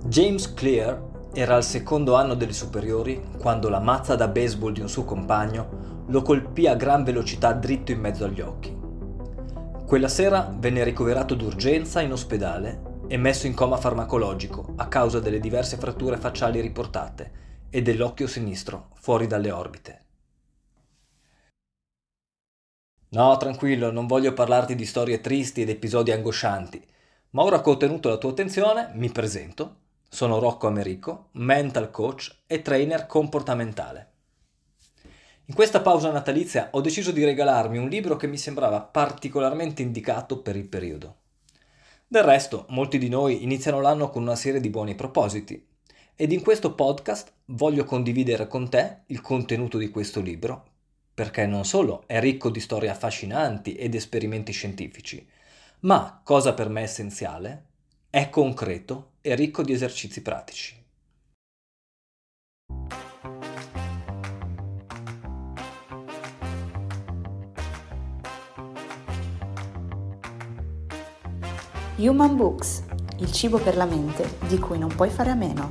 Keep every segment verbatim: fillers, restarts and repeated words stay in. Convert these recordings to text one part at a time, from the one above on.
James Clear era al secondo anno delle superiori quando la mazza da baseball di un suo compagno lo colpì a gran velocità dritto in mezzo agli occhi. Quella sera venne ricoverato d'urgenza in ospedale e messo in coma farmacologico a causa delle diverse fratture facciali riportate e dell'occhio sinistro fuori dalle orbite. No, tranquillo, non voglio parlarti di storie tristi ed episodi angoscianti, ma ora che ho ottenuto la tua attenzione, mi presento. Sono Rocco Americo, mental coach e trainer comportamentale. In questa pausa natalizia ho deciso di regalarmi un libro che mi sembrava particolarmente indicato per il periodo. Del resto, molti di noi iniziano l'anno con una serie di buoni propositi ed in questo podcast voglio condividere con te il contenuto di questo libro, perché non solo è ricco di storie affascinanti ed esperimenti scientifici, ma, cosa per me essenziale, è concreto e ricco di esercizi pratici. Human Books, il cibo per la mente di cui non puoi fare a meno.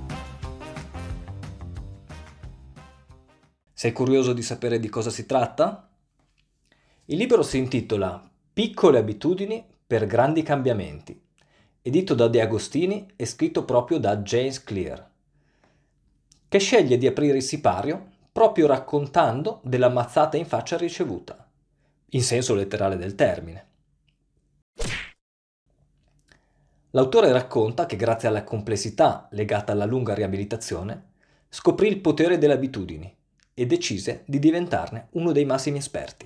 Sei curioso di sapere di cosa si tratta? Il libro si intitola Piccole abitudini per grandi cambiamenti, edito da De Agostini e scritto proprio da James Clear, che sceglie di aprire il sipario proprio raccontando della mazzata in faccia ricevuta, in senso letterale del termine. L'autore racconta che grazie alla complessità legata alla lunga riabilitazione scoprì il potere delle abitudini e decise di diventarne uno dei massimi esperti.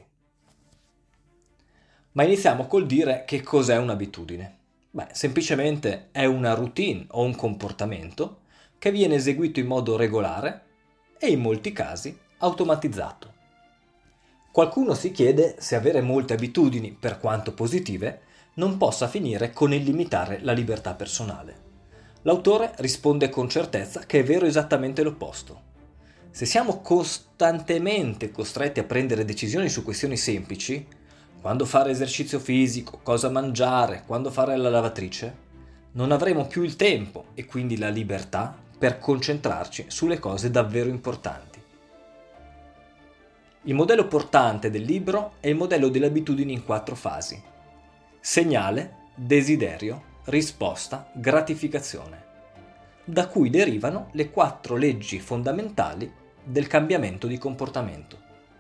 Ma iniziamo col dire che cos'è un'abitudine. Beh, semplicemente è una routine o un comportamento che viene eseguito in modo regolare e in molti casi automatizzato. Qualcuno si chiede se avere molte abitudini, per quanto positive, non possa finire con il limitare la libertà personale. L'autore risponde con certezza che è vero esattamente l'opposto. Se siamo costantemente costretti a prendere decisioni su questioni semplici, quando fare esercizio fisico, cosa mangiare, quando fare la lavatrice, non avremo più il tempo e quindi la libertà per concentrarci sulle cose davvero importanti. Il modello portante del libro è il modello delle abitudini in quattro fasi: segnale, desiderio, risposta, gratificazione, da cui derivano le quattro leggi fondamentali del cambiamento di comportamento.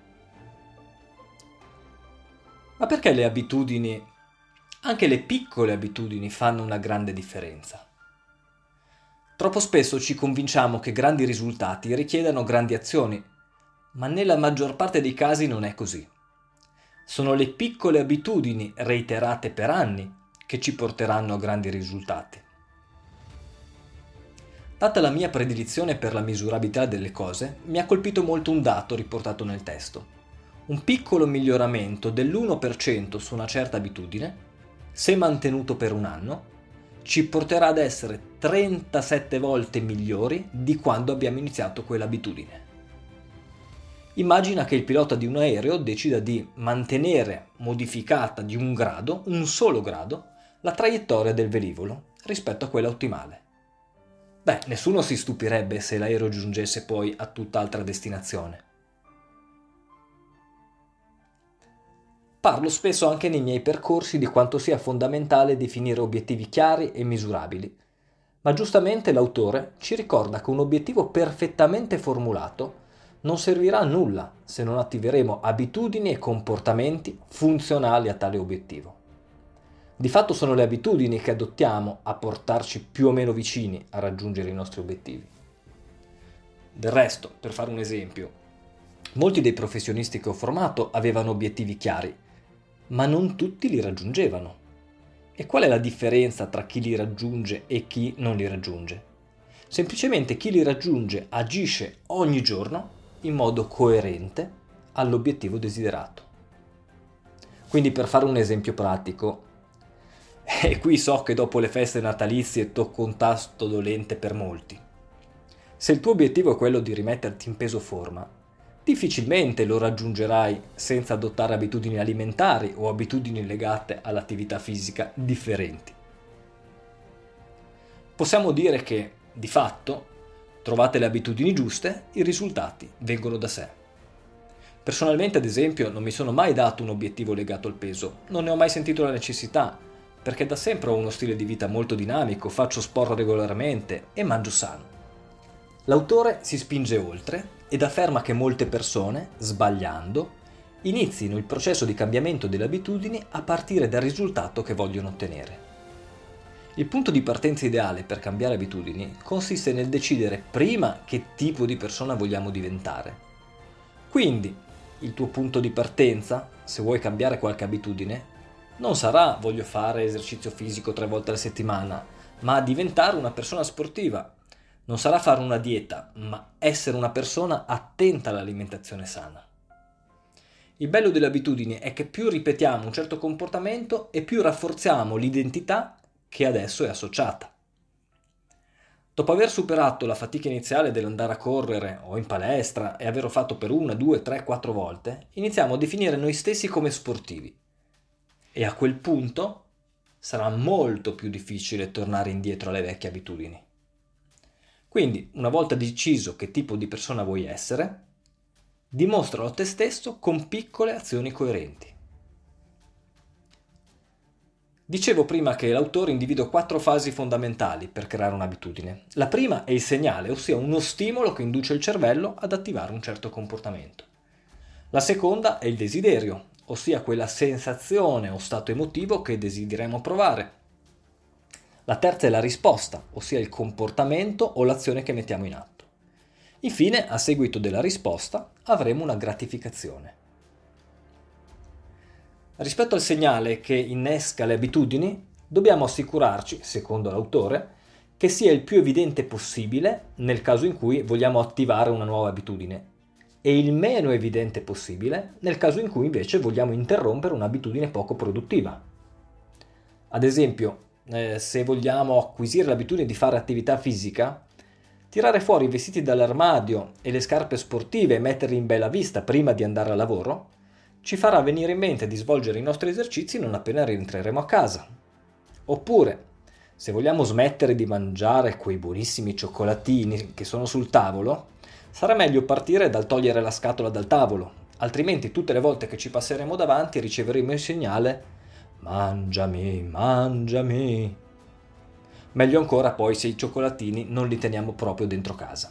Ma perché le abitudini, anche le piccole abitudini, fanno una grande differenza? Troppo spesso ci convinciamo che grandi risultati richiedano grandi azioni, ma nella maggior parte dei casi non è così. Sono le piccole abitudini reiterate per anni che ci porteranno a grandi risultati. Data la mia predilizione per la misurabilità delle cose, mi ha colpito molto un dato riportato nel testo. Un piccolo miglioramento dell'uno per cento su una certa abitudine, se mantenuto per un anno, ci porterà ad essere trentasette volte migliori di quando abbiamo iniziato quell'abitudine. Immagina che il pilota di un aereo decida di mantenere modificata di un grado, un solo grado, la traiettoria del velivolo rispetto a quella ottimale. Beh, nessuno si stupirebbe se l'aereo giungesse poi a tutt'altra destinazione. Parlo spesso anche nei miei percorsi di quanto sia fondamentale definire obiettivi chiari e misurabili, ma giustamente l'autore ci ricorda che un obiettivo perfettamente formulato non servirà a nulla se non attiveremo abitudini e comportamenti funzionali a tale obiettivo. Di fatto sono le abitudini che adottiamo a portarci più o meno vicini a raggiungere i nostri obiettivi. Del resto, per fare un esempio, molti dei professionisti che ho formato avevano obiettivi chiari, ma non tutti li raggiungevano. E qual è la differenza tra chi li raggiunge e chi non li raggiunge? Semplicemente chi li raggiunge agisce ogni giorno in modo coerente all'obiettivo desiderato. Quindi, per fare un esempio pratico, e qui so che dopo le feste natalizie tocco un tasto dolente per molti. Se il tuo obiettivo è quello di rimetterti in peso forma, difficilmente lo raggiungerai senza adottare abitudini alimentari o abitudini legate all'attività fisica differenti. possiamo dire che, di fatto, trovate le abitudini giuste, i risultati vengono da sé. Personalmente, ad esempio, non mi sono mai dato un obiettivo legato al peso, non ne ho mai sentito la necessità, perché da sempre ho uno stile di vita molto dinamico, faccio sport regolarmente e mangio sano. L'autore si spinge oltre ed afferma che molte persone, sbagliando, inizino il processo di cambiamento delle abitudini a partire dal risultato che vogliono ottenere. Il punto di partenza ideale per cambiare abitudini consiste nel decidere prima che tipo di persona vogliamo diventare. Quindi, il tuo punto di partenza, se vuoi cambiare qualche abitudine, non sarà voglio fare esercizio fisico tre volte alla settimana, ma diventare una persona sportiva. Non sarà fare una dieta, ma essere una persona attenta all'alimentazione sana. Il bello delle abitudini è che più ripetiamo un certo comportamento e più rafforziamo l'identità che adesso è associata. Dopo aver superato la fatica iniziale dell'andare a correre o in palestra e averlo fatto per una, due, tre, quattro volte, iniziamo a definire noi stessi come sportivi. E a quel punto sarà molto più difficile tornare indietro alle vecchie abitudini. Quindi, una volta deciso che tipo di persona vuoi essere, dimostralo a te stesso con piccole azioni coerenti. Dicevo prima che l'autore individua quattro fasi fondamentali per creare un'abitudine. La prima è il segnale, ossia uno stimolo che induce il cervello ad attivare un certo comportamento. La seconda è il desiderio, ossia quella sensazione o stato emotivo che desideriamo provare. La terza è la risposta, ossia il comportamento o l'azione che mettiamo in atto. Infine, a seguito della risposta, avremo una gratificazione. Rispetto al segnale che innesca le abitudini, dobbiamo assicurarci, secondo l'autore, che sia il più evidente possibile nel caso in cui vogliamo attivare una nuova abitudine e il meno evidente possibile nel caso in cui invece vogliamo interrompere un'abitudine poco produttiva. Ad esempio, eh, se vogliamo acquisire l'abitudine di fare attività fisica, tirare fuori i vestiti dall'armadio e le scarpe sportive e metterli in bella vista prima di andare a lavoro ci farà venire in mente di svolgere i nostri esercizi non appena rientreremo a casa. Oppure, se vogliamo smettere di mangiare quei buonissimi cioccolatini che sono sul tavolo, sarà meglio partire dal togliere la scatola dal tavolo, altrimenti tutte le volte che ci passeremo davanti riceveremo il segnale «Mangiami, mangiami». Meglio ancora poi se i cioccolatini non li teniamo proprio dentro casa.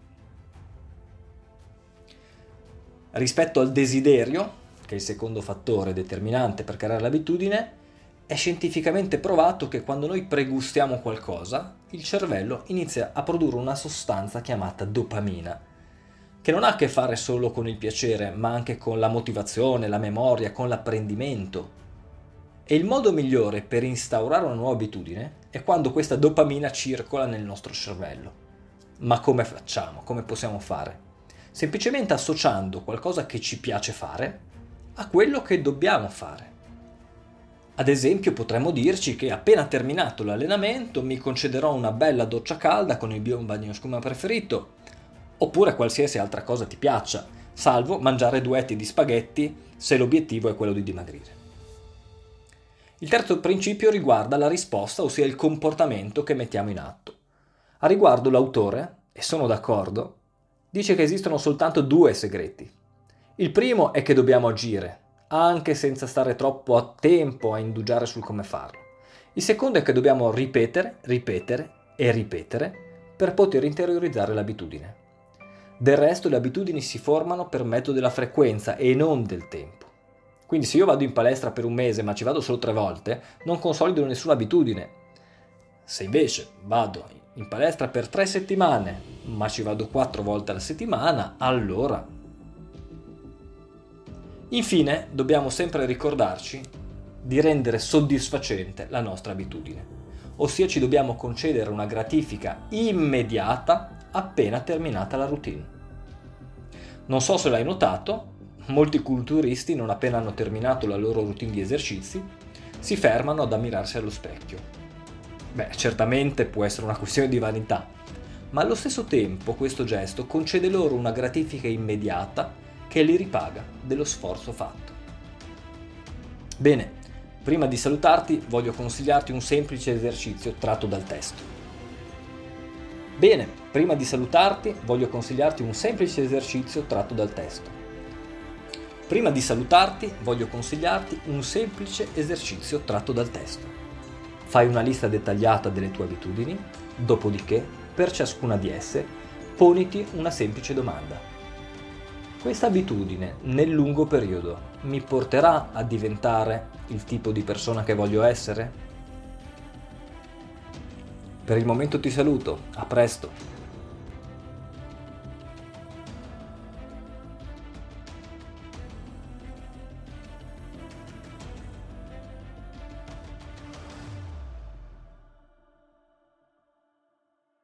Rispetto al desiderio, che è il secondo fattore determinante per creare l'abitudine, è scientificamente provato che quando noi pregustiamo qualcosa, il cervello inizia a produrre una sostanza chiamata dopamina, che non ha a che fare solo con il piacere, ma anche con la motivazione, la memoria, con l'apprendimento. E il modo migliore per instaurare una nuova abitudine è quando questa dopamina circola nel nostro cervello. Ma come facciamo? Come possiamo fare? Semplicemente associando qualcosa che ci piace fare a quello che dobbiamo fare. Ad esempio potremmo dirci che appena terminato l'allenamento mi concederò una bella doccia calda con il mio bagnoschiuma preferito, oppure qualsiasi altra cosa ti piaccia, salvo mangiare due etti di spaghetti se l'obiettivo è quello di dimagrire. Il terzo principio riguarda la risposta, ossia il comportamento che mettiamo in atto. A riguardo l'autore, e sono d'accordo, dice che esistono soltanto due segreti. Il primo è che dobbiamo agire, anche senza stare troppo a tempo a indugiare sul come farlo. Il secondo è che dobbiamo ripetere, ripetere e ripetere per poter interiorizzare l'abitudine. Del resto le abitudini si formano per mezzo della frequenza e non del tempo. Quindi se io vado in palestra per un mese ma ci vado solo tre volte, non consolido nessuna abitudine. Se invece vado in palestra per tre settimane ma ci vado quattro volte alla settimana, allora... Infine, dobbiamo sempre ricordarci di rendere soddisfacente la nostra abitudine, ossia ci dobbiamo concedere una gratifica immediata appena terminata la routine. Non so se l'hai notato, molti culturisti, non appena hanno terminato la loro routine di esercizi, si fermano ad ammirarsi allo specchio. Beh, certamente può essere una questione di vanità, ma allo stesso tempo questo gesto concede loro una gratifica immediata che li ripaga dello sforzo fatto. Bene, prima di salutarti voglio consigliarti un semplice esercizio tratto dal testo. Bene, prima di salutarti voglio consigliarti un semplice esercizio tratto dal testo. Prima di salutarti voglio consigliarti un semplice esercizio tratto dal testo. Fai una lista dettagliata delle tue abitudini, dopodiché, per ciascuna di esse, poniti una semplice domanda. Questa abitudine, nel lungo periodo, mi porterà a diventare il tipo di persona che voglio essere? Per il momento ti saluto, a presto!